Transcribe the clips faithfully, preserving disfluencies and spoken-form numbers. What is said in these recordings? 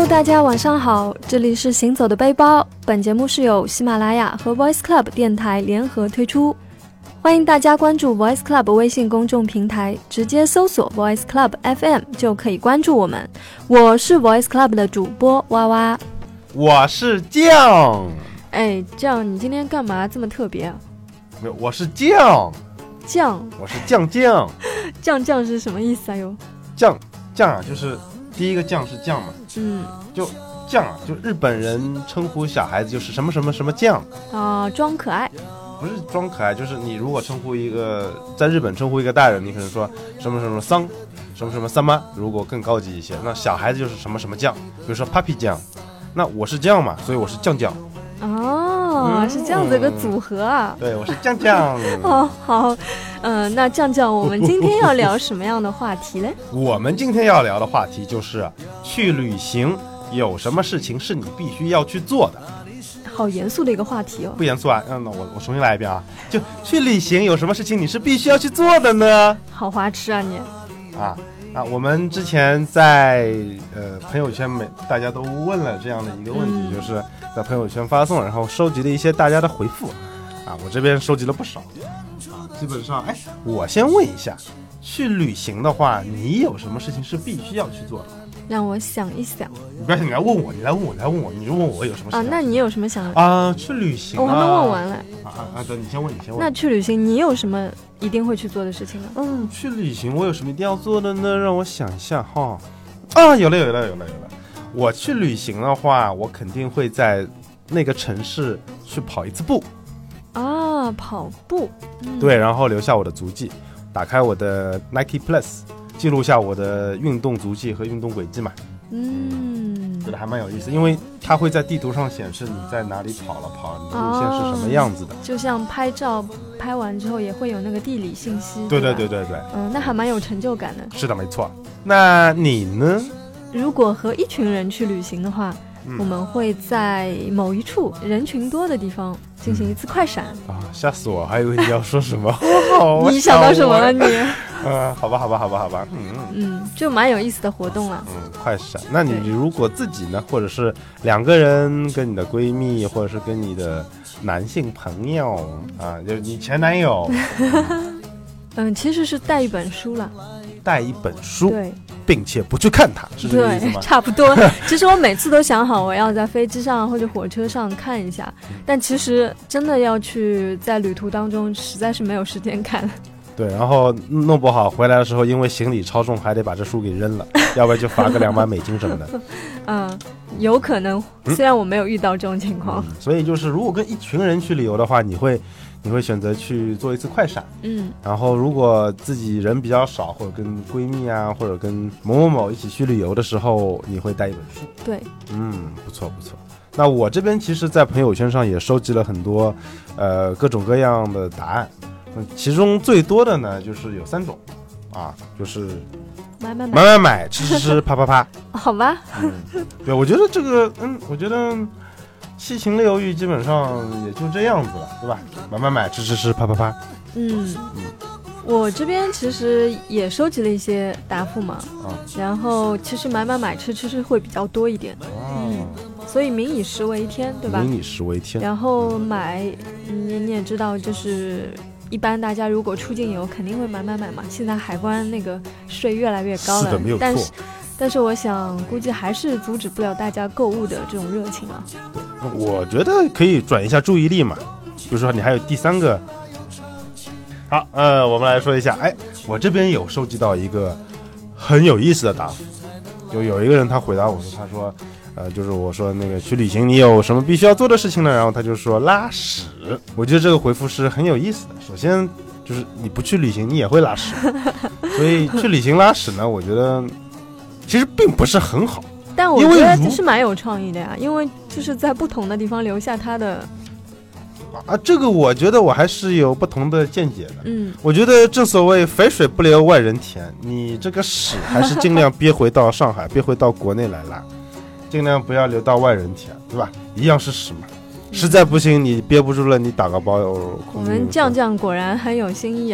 大家晚上好，这里是行走的背包，本节目是由喜马拉雅和 Voice Club 电台联合推出，欢迎大家关注 Voice Club 微信公众平台，直接搜索 Voice Club F M 就可以关注我们。我是 Voice Club 的主播娃娃， 我是酱。 哎，酱，你今天干嘛这么特别啊？ 没有，我是酱。 酱， 我是酱酱。 酱酱是什么意思啊？哟， 酱酱啊，就是第一个酱是酱嘛， 嗯， 就酱啊，就日本人称呼小孩子就是什么什么什么酱啊、呃，装可爱。 不是装可爱，就是你如果称呼一个在日本称呼一个大人，你可能说什么什么桑，什么什么三妈，如果更高级一些，那小孩子就是什么什么酱，比如说 Papi 酱，那我是酱嘛，所以我是酱酱。 哦、嗯，是这样子一个组合啊。 对，我是酱酱。 好好，嗯、呃，那酱酱，我们今天要聊什么样的话题嘞？ 我们今天要聊的话题就是去旅行有什么事情是你必须要去做的。 好严肃的一个话题哦。 不严肃啊，嗯，那我我重新来一遍啊，就去旅行有什么事情你是必须要去做的呢？ 好花痴啊你！ 啊啊，我们之前在呃朋友圈每大家都问了这样的一个问题、嗯，就是在朋友圈发送，然后收集了一些大家的回复，啊，我这边收集了不少，啊，基本上，哎，我先问一下，去旅行的话，你有什么事情是必须要去做的？ 让我想一想。 你不要，你来问我，你来问我，你来问我，你就问我有什么事情啊？那你有什么想啊？去旅行、啊， 我还没问完嘞。 啊啊啊！等你先问，你先问。 那去旅行，你有什么一定会去做的事情呢？ 嗯，去旅行我有什么一定要做的呢？让我想一下哈。啊，有了有了有了有了！我去旅行的话，我肯定会在那个城市去跑一次步。 啊，跑步。嗯、 对，然后留下我的足迹，打开我的 Nike Plus。记录下我的运动足迹和运动轨迹嘛， 嗯， 觉得还蛮有意思，因为它会在地图上显示你在哪里跑了跑，你路线是什么样子的、哦、 就像拍照拍完之后也会有那个地理信息。 对对对对对， 嗯，那还蛮有成就感的。 是的，没错。那你呢？ 如果和一群人去旅行的话、嗯、我们会在某一处人群多的地方进行一次快闪、 嗯、啊！吓死我，还以为你要说什么。哦、 你想到什么了你？ 嗯，好吧，好吧，好吧，好吧，嗯嗯，就蛮有意思的活动了。 嗯，快闪。那你如果自己呢，或者是两个人跟你的闺蜜，或者是跟你的男性朋友啊，就是你前男友， 嗯，其实是带一本书了， 带一本书， 对， 并且不去看它，是这个意思吗？ 对，差不多。其实我每次都想好我要在飞机上或者火车上看一下，但其实真的要去在旅途当中，实在是没有时间看。 对，然后弄不好回来的时候，因为行李超重，还得把这书给扔了，要不然就罚个两百美金什么的。 嗯，有可能，虽然我没有遇到这种情况、 嗯。所以就是，如果跟一群人去旅游的话，你会，你会选择去做一次快闪。 嗯。然后，如果自己人比较少，或者跟闺蜜啊，或者跟某某某一起去旅游的时候，你会带一本书。 对。 嗯，不错不错。那我这边其实，在朋友圈上也收集了很多，呃，各种各样的答案。其中最多的呢，就是有三种，啊，就是买买买买买买，吃吃吃，啪啪啪。 好吧。 嗯，对，我觉得这个，嗯，我觉得七情六欲基本上也就这样子了，对吧？买买买，吃吃吃，啪啪啪。 嗯嗯，我这边其实也收集了一些答复嘛，啊，然后其实买买买，吃吃吃会比较多一点。 哦、 嗯。所以民以食为天，对吧？ 民以食为天。 然后买，你你也知道，就是一般大家如果出境游肯定会买买买嘛。现在海关那个税越来越高了， 是的，没有错。 但是，但是我想估计还是阻止不了大家购物的这种热情啊。 对，我觉得可以转移一下注意力嘛。比如说你还有第三个。好，呃，我们来说一下，哎，我这边有收集到一个很有意思的答复，就有一个人他回答我说，他说。呃，就是我说那个去旅行你有什么必须要做的事情呢？然后他就说拉屎。我觉得这个回复是很有意思的。首先就是你不去旅行你也会拉屎，所以去旅行拉屎呢，我觉得其实并不是很好。 但我觉得这是蛮有创意的呀，因为就是在不同的地方留下它的。 啊，这个我觉得我还是有不同的见解的。 嗯， 我觉得正所谓肥水不流外人田，你这个屎还是尽量憋回到上海，憋回到国内来拉。尽量不要流到外人田，对吧？一样是屎嘛。实在不行，你憋不住了，你打个包。 我们酱酱果然很有新意啊。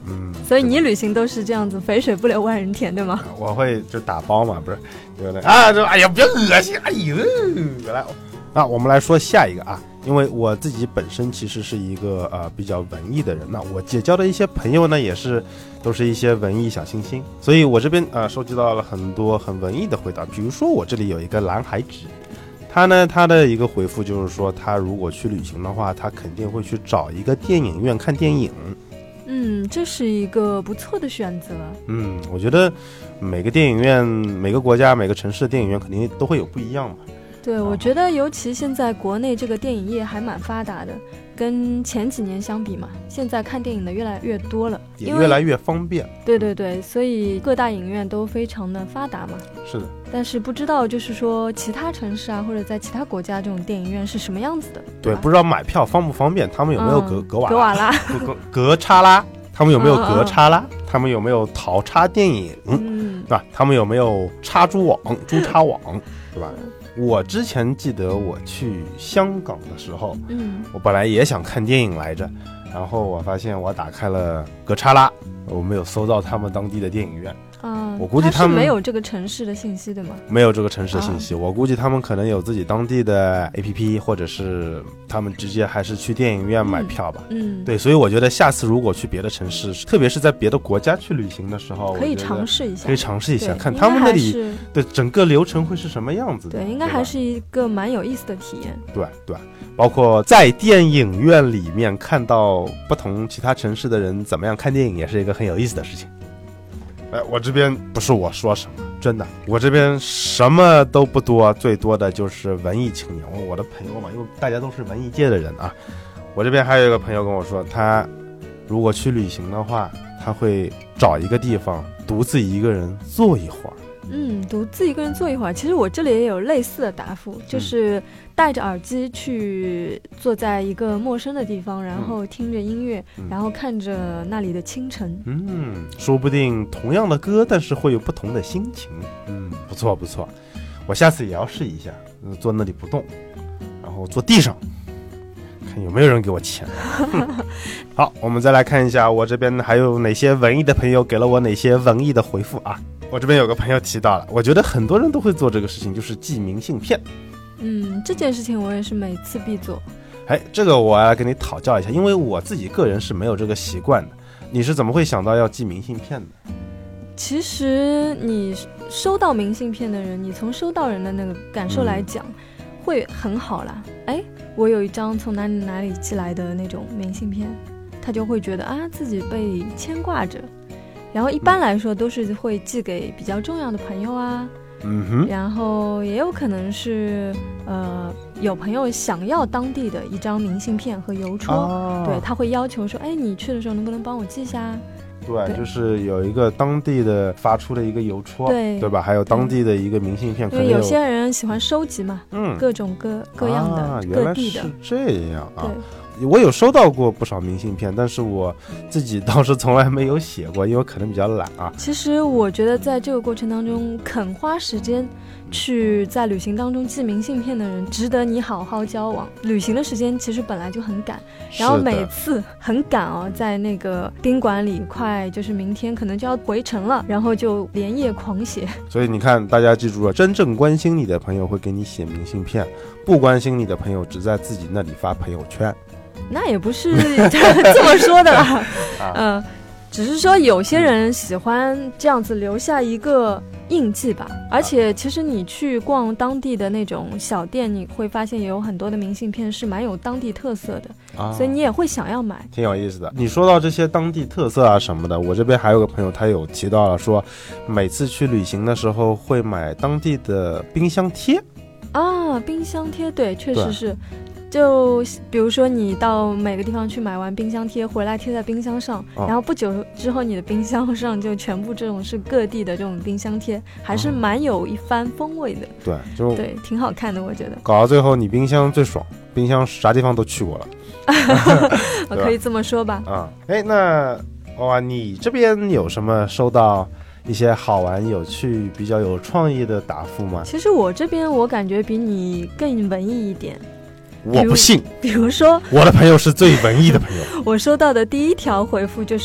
嗯， 所以你旅行都是这样子，肥水不流外人田，对吗？ 我会就打包嘛，不是，有的啊，这哎呀，别恶心，哎呦，来，那我们来说下一个啊，因为我自己本身其实是一个呃比较文艺的人，那我结交的一些朋友呢，也是都是一些文艺小清新，所以我这边呃收集到了很多很文艺的回答，比如说我这里有一个蓝海纸。他呢，他的一个回复就是说，他如果去旅行的话，他肯定会去找一个电影院看电影。 嗯，这是一个不错的选择。 嗯，我觉得每个电影院、每个国家、每个城市的电影院肯定都会有不一样嘛。 对，我觉得尤其现在国内这个电影业还蛮发达的，跟前几年相比嘛，现在看电影的越来越多了， 也越来越方便。 对对对，所以各大影院都非常的发达嘛。 是的。 但是不知道就是说其他城市啊，或者在其他国家这种电影院是什么样子的。 对，不知道买票方不方便，他们有没有格、嗯、格瓦格瓦拉、 格格叉拉，他们有没有格叉拉，嗯、他们有没有淘叉电影，嗯，对吧？他们有没有插猪网、猪叉网，对吧？我之前记得我去香港的时候，嗯，我本来也想看电影来着，然后我发现我打开了格叉拉，我没有搜到他们当地的电影院。 啊， 我估计他们是没有这个城市的信息的吗？ 没有这个城市的信息、啊、我估计他们可能有自己当地的 A P P， 或者是他们直接还是去电影院买票吧。嗯，嗯对，所以我觉得下次如果去别的城市，特别是在别的国家去旅行的时候， 可以尝试一下， 可以尝试一下，看他们那里对整个流程会是什么样子的。 对，应该还是一个蛮有意思的体验。 对对，包括在电影院里面看到不同其他城市的人怎么样看电影，也是一个很有意思的事情。哎，我这边不是我说什么，真的，我这边什么都不多，最多的就是文艺青年。我的朋友嘛，因为大家都是文艺界的人啊。我这边还有一个朋友跟我说，他如果去旅行的话，他会找一个地方独自一个人坐一会儿。 嗯，独自一个人坐一会儿。其实我这里也有类似的答复，就是戴着耳机去坐在一个陌生的地方，然后听着音乐、嗯、然后看着那里的清晨。 嗯，说不定同样的歌，但是会有不同的心情。嗯，不错不错，我下次也要试一下，坐那里不动，然后坐地上，看有没有人给我钱。好，我们再来看一下我这边还有哪些文艺的朋友给了我哪些文艺的回复啊。我这边有个朋友提到了，我觉得很多人都会做这个事情，就是寄明信片。 嗯，这件事情我也是每次必做。 哎，这个我要跟你讨教一下，因为我自己个人是没有这个习惯的。你是怎么会想到要寄明信片的？ 其实你收到明信片的人，你从收到人的那个感受来讲、嗯、会很好啦。哎，我有一张从哪里哪里寄来的那种明信片，他就会觉得啊自己被牵挂着。然后一般来说都是会寄给比较重要的朋友啊，嗯哼，然后也有可能是呃有朋友想要当地的一张明信片和邮戳、哦、对，他会要求说，哎，你去的时候能不能帮我寄下？ 对，对，就是有一个当地的发出的一个邮戳， 对对吧？还有当地的一个明信片，可能有些人喜欢收集嘛，嗯，各种各各样的、啊、各地的， 原来是这样啊。我有收到过不少明信片，但是我自己倒是从来没有写过，因为可能比较懒啊。 其实我觉得在这个过程当中，肯花时间去在旅行当中寄明信片的人，值得你好好交往。旅行的时间其实本来就很赶，然后每次很赶哦，在那个宾馆里快就是明天可能就要回程了，然后就连夜狂写。 所以你看，大家记住了，真正关心你的朋友会给你写明信片，不关心你的朋友只在自己那里发朋友圈。 那也不是这么说的啦，嗯、呃，只是说有些人喜欢这样子留下一个印记吧。而且其实你去逛当地的那种小店，你会发现也有很多的明信片是蛮有当地特色的、啊、所以你也会想要买， 挺有意思的。你说到这些当地特色啊什么的，我这边还有个朋友他有提到了说，每次去旅行的时候会买当地的冰箱贴啊，冰箱贴，对，确实是。就比如说你到每个地方去买完冰箱贴回来贴在冰箱上、哦、然后不久之后你的冰箱上就全部这种是各地的这种冰箱贴，还是蛮有一番风味的、哦、 对，就对，挺好看的。我觉得搞到最后你冰箱最爽，冰箱啥地方都去过了。 我可以这么说吧。 啊，哎，那哇，你这边有什么收到一些好玩有趣比较有创意的答复吗？ 其实我这边我感觉比你更文艺一点。 我不信， 比如说我的朋友是最文艺的朋友。 我收到的第一条回复就是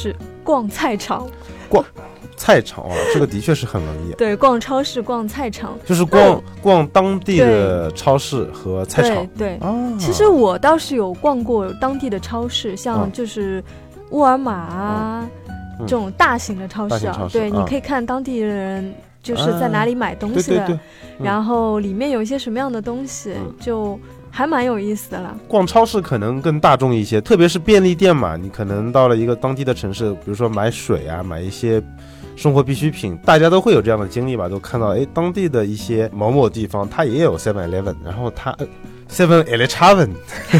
逛菜场。 逛菜场啊，这个的确是很文艺。 对，逛超市、逛菜场， 就是逛、哦、逛当地的超市和菜场。 对对、 啊， 其实我倒是有逛过当地的超市，像就是沃尔玛啊、嗯、这种大型的超市啊。 超市对、 啊， 你可以看当地人就是在哪里买东西的， 啊、对对对嗯、然后里面有一些什么样的东西，嗯、就还蛮有意思的啦。 逛超市可能更大众一些，特别是便利店嘛，你可能到了一个当地的城市，比如说买水啊，买一些生活必需品，大家都会有这样的经历吧，都看到哎，当地的一些某某地方它也有 seven eleven， 然后它 seven eleven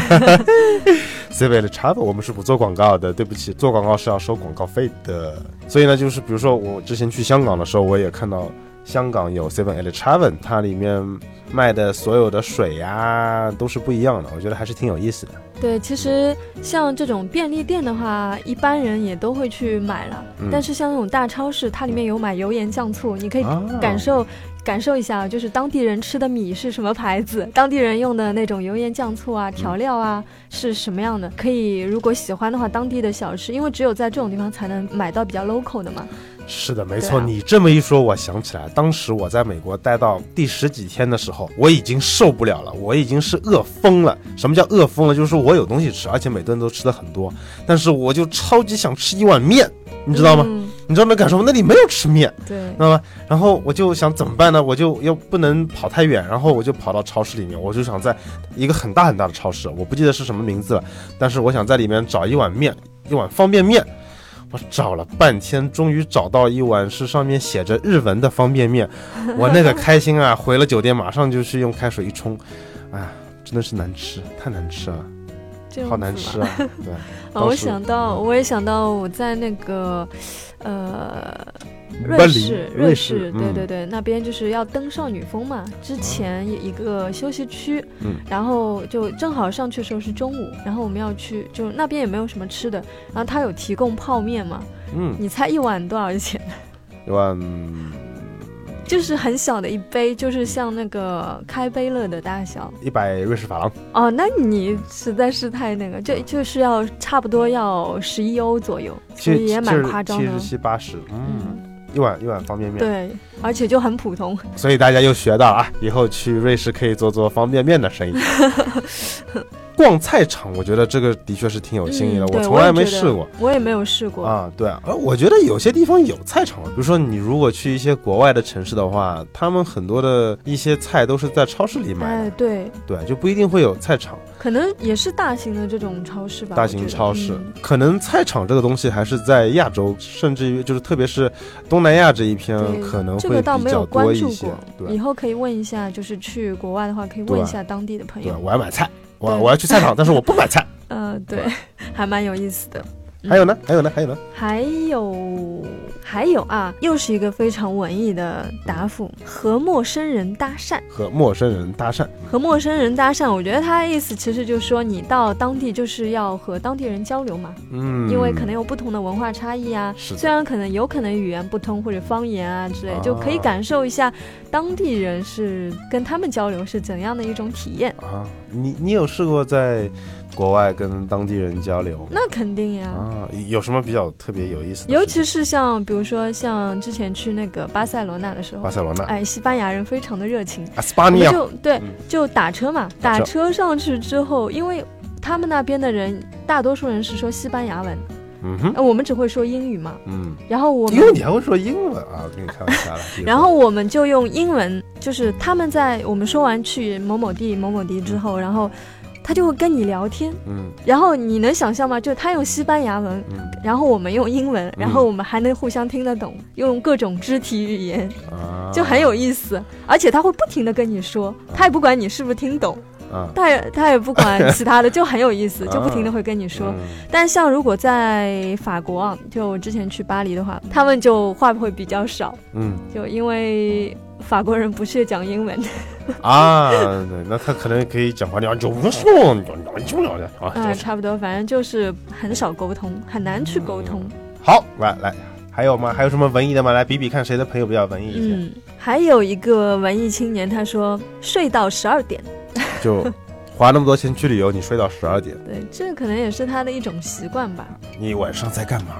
seven eleven 我们是不做广告的，对不起，做广告是要收广告费的。所以呢，就是比如说我之前去香港的时候，我也看到香港有 seven eleven， 它里面卖的所有的水呀、啊、都是不一样的，我觉得还是挺有意思的。 对，其实像这种便利店的话，一般人也都会去买了、嗯、但是像那种大超市，它里面有买油盐酱醋，你可以感受、啊、感受一下，就是当地人吃的米是什么牌子，当地人用的那种油盐酱醋啊、调料啊、嗯、是什么样的。可以如果喜欢的话，当地的小吃，因为只有在这种地方才能买到比较 local 的嘛。 是的，没错、啊、你这么一说，我想起来当时我在美国待到第十几天的时候，我已经受不了了，我已经是饿疯了。什么叫饿疯了？就是说我有东西吃，而且每顿都吃的很多，但是我就超级想吃一碗面，你知道吗、嗯、你知道那感受吗？那里没有吃面， 对， 知道吗？然后我就想怎么办呢？我就又不能跑太远，然后我就跑到超市里面，我就想在一个很大很大的超市，我不记得是什么名字了，但是我想在里面找一碗面，一碗方便面。我找了半天，终于找到一碗是上面写着日文的方便面，我那个开心啊！回了酒店马上就是用开水一冲，哎呀，真的是难吃，太难吃了，好难吃啊！对， 啊，我想到，我也想到我在那个，呃。瑞士，瑞士，对对对、嗯，那边就是要登少女峰嘛。之前一个休息区、嗯，然后就正好上去的时候是中午，然后我们要去，就那边也没有什么吃的，然后他有提供泡面嘛。嗯，你猜一碗多少钱？ 一碗就是很小的一杯，就是像那个开杯了的大小， 一百瑞士法郎。 哦，那你实在是太那个，就就是要差不多要十一欧左右，所以也蛮夸张的， 七十七八十，嗯。一碗一碗方便面， 对，而且就很普通， 所以大家又学到啊，以后去瑞士可以做做方便面的生意。逛菜场，我觉得这个的确是挺有新意的、嗯，我从来没试过， 我也没有试过啊。对啊，而我觉得有些地方有菜场，比如说你如果去一些国外的城市的话，他们很多的一些菜都是在超市里买的， 哎，对对，就不一定会有菜场， 可能也是大型的这种超市吧。 大型超市、嗯、可能菜场这个东西还是在亚洲，甚至于就是特别是东南亚这一片可能会比较多一些。这个倒没有关注过， 对，以后可以问一下，就是去国外的话可以问一下当地的朋友。 对，我要买菜。我我要去菜场，但是我不买菜。 嗯、呃，对，还蛮有意思的。 还有呢？还有呢？还有呢？ 还有还有啊，又是一个非常文艺的答复：和陌生人搭讪。 和陌生人搭讪。 和陌生人搭讪，我觉得他的意思其实就是说，你到当地就是要和当地人交流嘛。嗯。因为可能有不同的文化差异啊，虽然可能有可能语言不通或者方言啊之类、啊，就可以感受一下当地人是跟他们交流是怎样的一种体验啊。你你有试过在国外跟当地人交流？ 那肯定呀。 啊，有什么比较特别有意思的？ 尤其是像比如说像之前去那个巴塞罗那的时候， 巴塞罗那， 哎，西班牙人非常的热情， 啊，西班牙就对、嗯，就打车嘛，打车上去之后，因为他们那边的人大多数人是说西班牙文。嗯哼，呃、我们只会说英语嘛，嗯，然后我们因为你还会说英文啊，我跟你开玩笑了。 然后我们就用英文，就是他们在我们说完去某某地某某地之后，然后他就会跟你聊天，嗯，然后你能想象吗？就他用西班牙文，嗯，然后我们用英文，然后我们还能互相听得懂，嗯、用各种肢体语言，啊，就很有意思。而且他会不停的跟你说，他也不管你是不是听懂。啊、他也他也不管其他的，就很有意思，就不停的会跟你说。啊嗯、但是像如果在法国啊，就我之前去巴黎的话，他们就话会比较少，嗯，就因为法国人不是讲英文啊，对，那他可能可以讲话，你就不说，你就聊的啊， 啊，差不多，反正就是很少沟通，很难去沟通。 嗯、好，来来。还有吗？还有什么文艺的吗？来比比看谁的朋友比较文艺一些。嗯， 还有一个文艺青年，他说睡到十二点， 就花那么多钱去旅游，你睡到十二点。 对，这可能也是他的一种习惯吧。 你晚上在干嘛？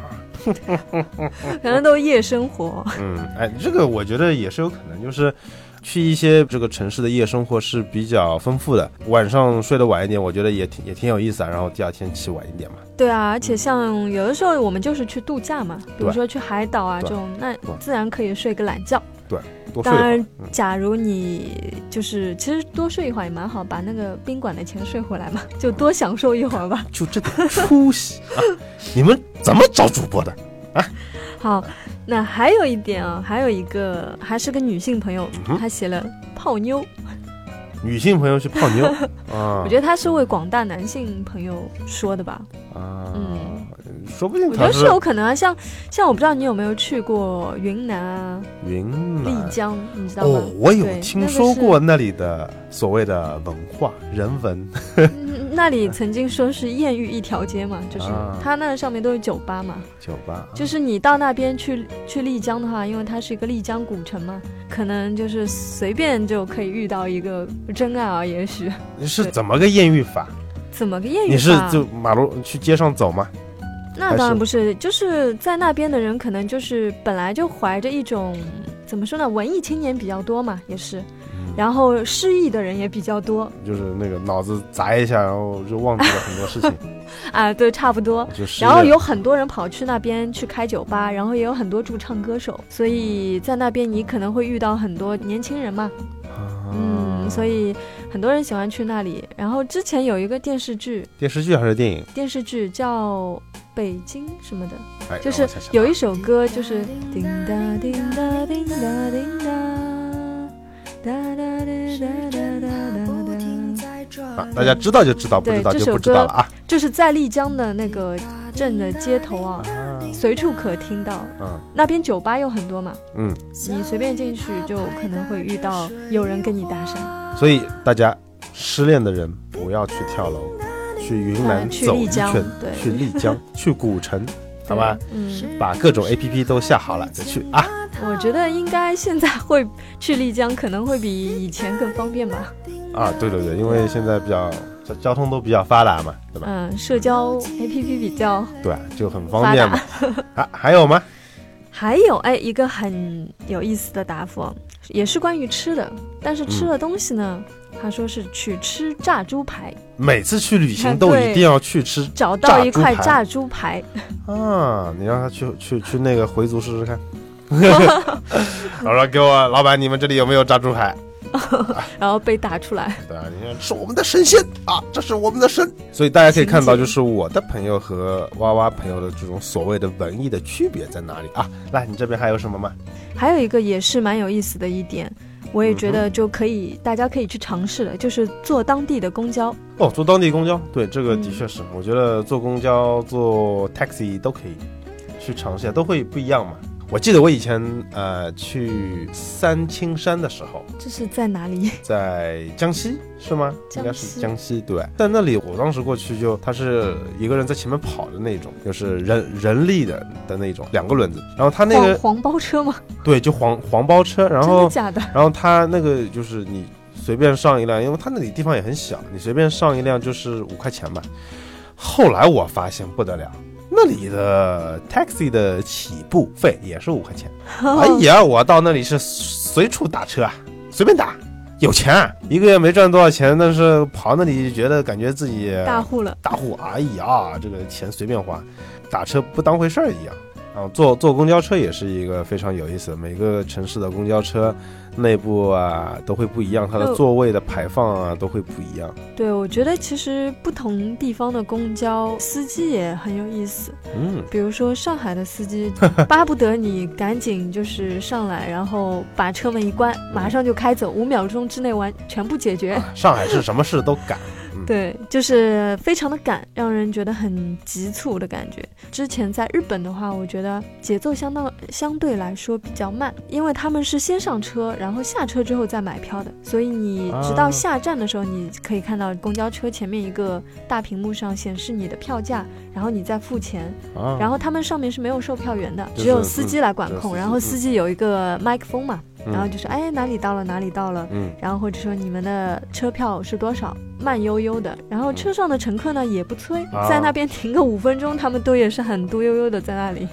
可能都夜生活。 嗯，哎，这个我觉得也是有可能，就是去一些这个城市的夜生活是比较丰富的，晚上睡得晚一点，我觉得也挺也挺有意思啊。然后第二天起晚一点嘛。 对啊，而且像有的时候我们就是去度假嘛，比如说去海岛啊这种，那自然可以睡个懒觉。 对，多睡一会儿。 当然，假如你就是其实多睡一会儿也蛮好，把那个宾馆的钱睡回来嘛，就多享受一会儿吧。 就这点出息啊！你们怎么找主播的啊？ 好，那还有一点啊，还有一个还是个女性朋友， 嗯、 她写了泡妞。 女性朋友去泡妞啊？ 我觉得她是为广大男性朋友说的吧？ 啊， 嗯， 说不定我觉得是有可能啊。像像我不知道你有没有去过云南啊？ 云南、 丽江，你知道吗？ 哦，我有听说过那里的所谓的文化人文。 那里曾经说是艳遇一条街嘛，就是它那上面都是酒吧嘛。 酒吧， 就是你到那边去去丽江的话，因为它是一个丽江古城嘛，可能就是随便就可以遇到一个真爱啊，也许。 你是怎么个艳遇法？ 怎么个艳遇法？ 你是就马路去街上走吗？ 那当然不是，就是在那边的人可能就是本来就怀着一种怎么说呢，文艺青年比较多嘛，也是。然后失忆的人也比较多， 就是那个脑子砸一下，然后就忘记了很多事情啊，对，差不多。然后有很多人跑去那边去开酒吧，然后也有很多驻唱歌手，所以在那边你可能会遇到很多年轻人嘛。啊、嗯，所以很多人喜欢去那里。然后之前有一个电视剧， 电视剧还是电影？ 电视剧叫《北京》什么的， 哎、 就是有一首歌就是叮哒叮哒叮哒叮哒。哒哒哒哒哒哒啊！大家知道就知道，不知道就不知道了啊。 就是在丽江的那个镇的街头啊，啊随处可听到。嗯，那边酒吧有很多嘛。嗯，你随便进去就可能会遇到有人跟你搭讪。 所以大家失恋的人不要去跳楼，去云南走一圈， 对， 去丽江，去古城，好吧？嗯，把各种 A P P 都下好了再去啊。 我觉得应该现在会去丽江可能会比以前更方便吧。 啊，对对对，因为现在比较交通都比较发达嘛，对吧？ 嗯，社交 A P P 比较对，就很方便嘛。啊，还有吗？ 还有哎，一个很有意思的答复，也是关于吃的，但是吃的东西呢，嗯、他说是去吃炸猪排。 每次去旅行都一定要去吃， 找到一块炸猪排啊！你让他去去去那个回族试试看。我说给我老板，你们这里有没有炸猪排？ 然后被打出来。 对啊，你看是我们的神仙啊，这是我们的神。所以大家可以看到，就是我的朋友和娃娃朋友的这种所谓的文艺的区别在哪里啊？来，你这边还有什么吗？ 还有一个也是蛮有意思的一点，我也觉得就可以，嗯、大家可以去尝试的，就是坐当地的公交。 哦，坐当地公交，对，这个的确是，嗯、我觉得坐公交、坐 taxi 都可以去尝试一下，都会不一样嘛。我记得我以前呃去三清山的时候， 这是在哪里？ 在江西是吗？应该是江西，对。在那里我当时过去就，他是一个人在前面跑的那种，就是人人力的的那种，两个轮子。然后他那个黄黄包车吗？ 对，就黄黄包车。然后真的假的？ 然后他那个就是你随便上一辆，因为他那里地方也很小，你随便上一辆就是五块钱吧。后来我发现不得了。那里的 taxi 的起步费也是五块钱，哎呀，我到那里是随处打车啊，随便打，有钱、啊，一个月没赚多少钱，但是跑那里就觉得感觉自己大户了， 大户，哎呀，这个钱随便花，打车不当回事儿一样。啊，坐坐公交车也是一个非常有意思的，每个城市的公交车内部啊都会不一样，它的座位的排放啊都会不一样。 对，我觉得其实不同地方的公交司机也很有意思。嗯，比如说上海的司机巴不得你赶紧就是上来，然后把车门一关，马上就开走，五秒钟之内完全部解决。 啊、上海是什么事都赶。 对，就是非常的赶，让人觉得很急促的感觉。之前在日本的话，我觉得节奏相当相对来说比较慢，因为他们是先上车，然后下车之后再买票的，所以你直到下站的时候，你可以看到公交车前面一个大屏幕上显示你的票价，然后你再付钱，然后他们上面是没有售票员的，只有司机来管控，然后司机有一个麦克风嘛。然后就说哎哪里到了哪里到了，嗯，然后或者说你们的车票是多少，慢悠悠的，然后车上的乘客呢也不催，啊、在那边停个五分钟，他们都也是很嘟悠悠的在那里。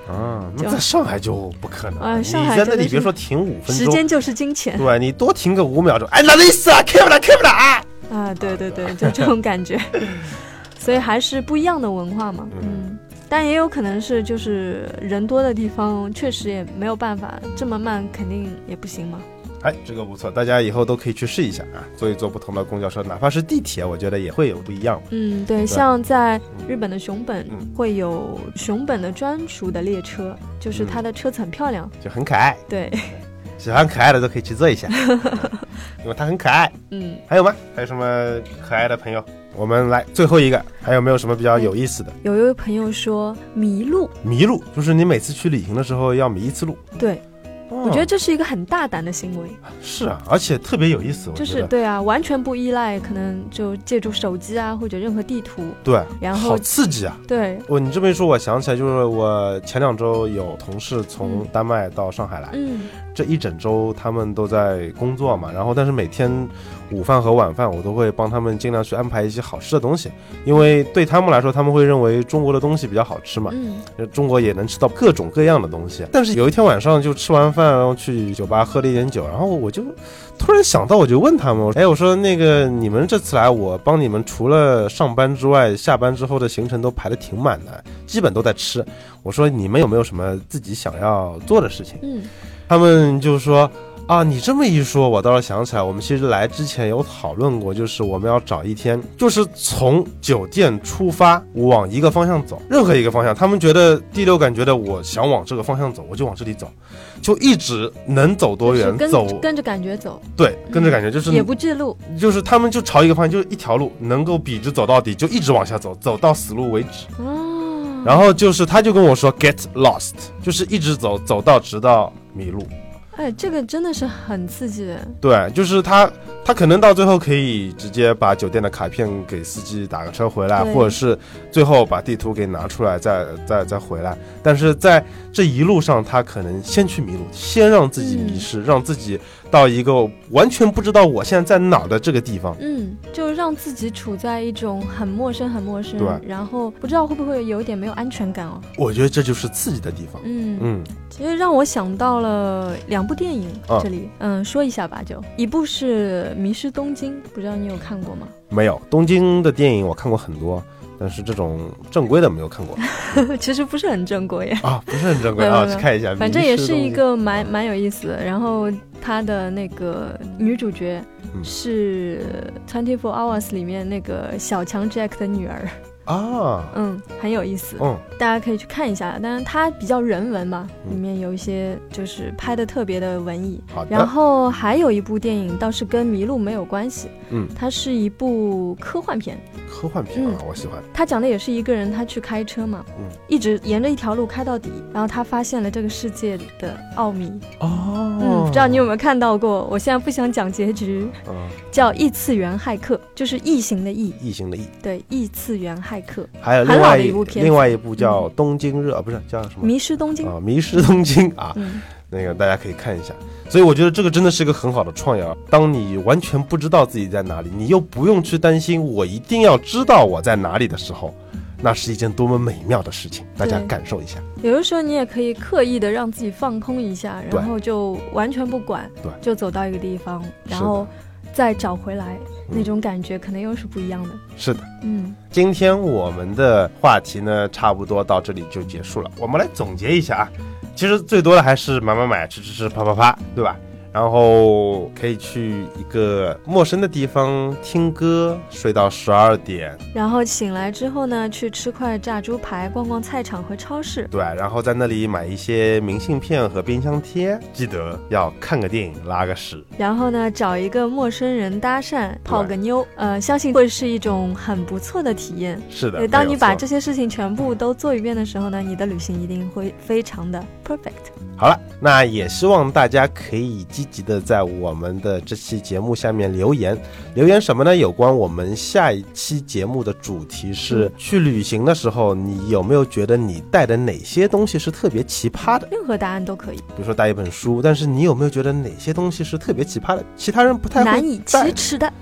啊，那在上海就不可能。 啊，上海你在那里别说停五分钟， 时间就是金钱。 对，你多停个五秒钟，哎，哪的意思啊？开不了，开不了啊！ 啊，对对对，就这种感觉。所以还是不一样的文化嘛，嗯。嗯，但也有可能是就是人多的地方确实也没有办法，这么慢肯定也不行嘛。 哎，这个不错，大家以后都可以去试一下啊，坐一坐不同的公交车，哪怕是地铁，我觉得也会有不一样。 嗯，对，像在日本的熊本、嗯、会有熊本的专属的列车，就是它的车子很漂亮， 嗯、就很可爱。 对， 喜欢可爱的都可以去坐一下，因为它很可爱。 嗯， 还有吗？还有什么可爱的朋友？我们来最后一个，还有没有什么比较有意思的？ 有一位朋友说迷路， 迷路就是你每次去旅行的时候要迷一次路。 对。我觉得这是一个很大胆的行为。是啊，而且特别有意思。 就是对啊，完全不依赖，可能就借助手机啊或者任何地图。 对， 然后好刺激啊！ 对， 我你这么一说，我想起来，就是我前两周有同事从丹麦到上海来，嗯，这一整周他们都在工作嘛，然后但是每天午饭和晚饭我都会帮他们尽量去安排一些好吃的东西，因为对他们来说，他们会认为中国的东西比较好吃嘛，嗯，中国也能吃到各种各样的东西。但是有一天晚上就吃完饭，然后去酒吧喝了一点酒，然后我就突然想到，我就问他们，哎，我说那个你们这次来，我帮你们除了上班之外，下班之后的行程都排得挺满的，基本都在吃。我说你们有没有什么自己想要做的事情？嗯，他们就说。啊，你这么一说，我倒是想起来，我们其实来之前有讨论过，就是我们要找一天，就是从酒店出发往一个方向走，任何一个方向，他们觉得第六感觉得我想往这个方向走，我就往这里走，就一直能走多远跟走， 跟着感觉走， 对，跟着感觉就是、 嗯、也不记录， 就是他们就朝一个方向，就一条路，能够笔直走到底，就一直往下走，走到死路为止。哦，然后就是他就跟我说 get lost， 就是一直走，走到直到迷路。 哎，这个真的是很刺激的。 对，就是他，他可能到最后可以直接把酒店的卡片给司机打个车回来，或者是最后把地图给拿出来再再再回来。但是在这一路上，他可能先去迷路，先让自己迷失，嗯、让自己到一个完全不知道我现在在哪的这个地方。嗯， 就让自己处在一种很陌生、很陌生，对，然后不知道会不会有一点没有安全感哦。 我觉得这就是刺激的地方。 嗯嗯，其实让我想到了两部电影，这里嗯说一下吧，就一部是《迷失东京》，不知道你有看过吗？ 没有，东京的电影我看过很多。但是这种正规的没有看过。 其实不是很正规啊，不是很正规啊，去看一下。 反正也是一个蛮蛮有意思的。然后他的那个女主角是twenty four hours 里面那个小强 Jack 的女儿。啊，嗯，很有意思，嗯，大家可以去看一下。但是它比较人文嘛，里面有一些就是拍的特别的文艺。好的。然后还有一部电影倒是跟迷路没有关系，嗯，它是一部科幻片。 科幻片啊，嗯、我喜欢。 他讲的也是一个人，他去开车嘛，嗯，一直沿着一条路开到底，然后他发现了这个世界的奥秘。哦，嗯，不知道你有没有看到过？我现在不想讲结局，嗯，叫异次元骇客，就是异形的异， 异形的异， 对，异次元骇客。 还有另外一部片，另外一部叫《东京热》，嗯、不是叫什么？ 迷失东京啊，迷失东京啊，嗯、那个大家可以看一下。所以我觉得这个真的是一个很好的创意啊！当你完全不知道自己在哪里，你又不用去担心我一定要知道我在哪里的时候，那是一件多么美妙的事情，大家感受一下。 有的时候你也可以刻意的让自己放空一下，然后就完全不管，对，就走到一个地方，然后再找回来，那种感觉可能又是不一样的。 是的，嗯，今天我们的话题呢，差不多到这里就结束了。我们来总结一下啊，其实最多的还是买买买、吃吃吃、啪啪啪，对吧？然后可以去一个陌生的地方听歌，睡到十二点， 然后醒来之后呢，去吃块炸猪排，逛逛菜场和超市， 对，然后在那里买一些明信片和冰箱贴，记得要看个电影，拉个屎， 然后呢，找一个陌生人搭讪，泡个妞，呃，相信会是一种很不错的体验。 是的， 当你把这些事情全部都做一遍的时候呢，你的旅行一定会非常的 perfect。 好了，那也希望大家可以积极的在我们的这期节目下面留言，留言什么呢？有关我们下一期节目的主题是、嗯、去旅行的时候，你有没有觉得你带的哪些东西是特别奇葩的？ 任何答案都可以， 比如说带一本书，但是你有没有觉得哪些东西是特别奇葩的，其他人不太会难以启齿的？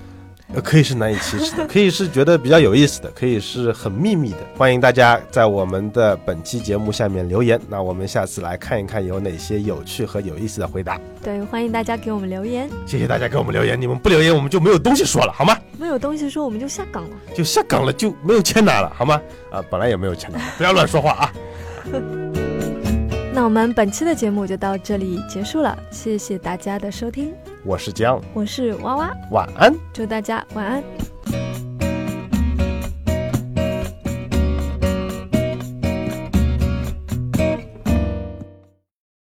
呃，可以是难以启齿的，可以是觉得比较有意思的，可以是很秘密的。欢迎大家在我们的本期节目下面留言，那我们下次来看一看有哪些有趣和有意思的回答。 对，欢迎大家给我们留言。 谢谢大家给我们留言，你们不留言我们就没有东西说了，好吗？ 没有东西说我们就下岗了， 就下岗了，就没有钱拿了，好吗？啊，本来也没有钱拿，不要乱说话啊。 那我们本期的节目就到这里结束了，谢谢大家的收听。 我是江， 我是娃娃， 晚安， 祝大家晚安。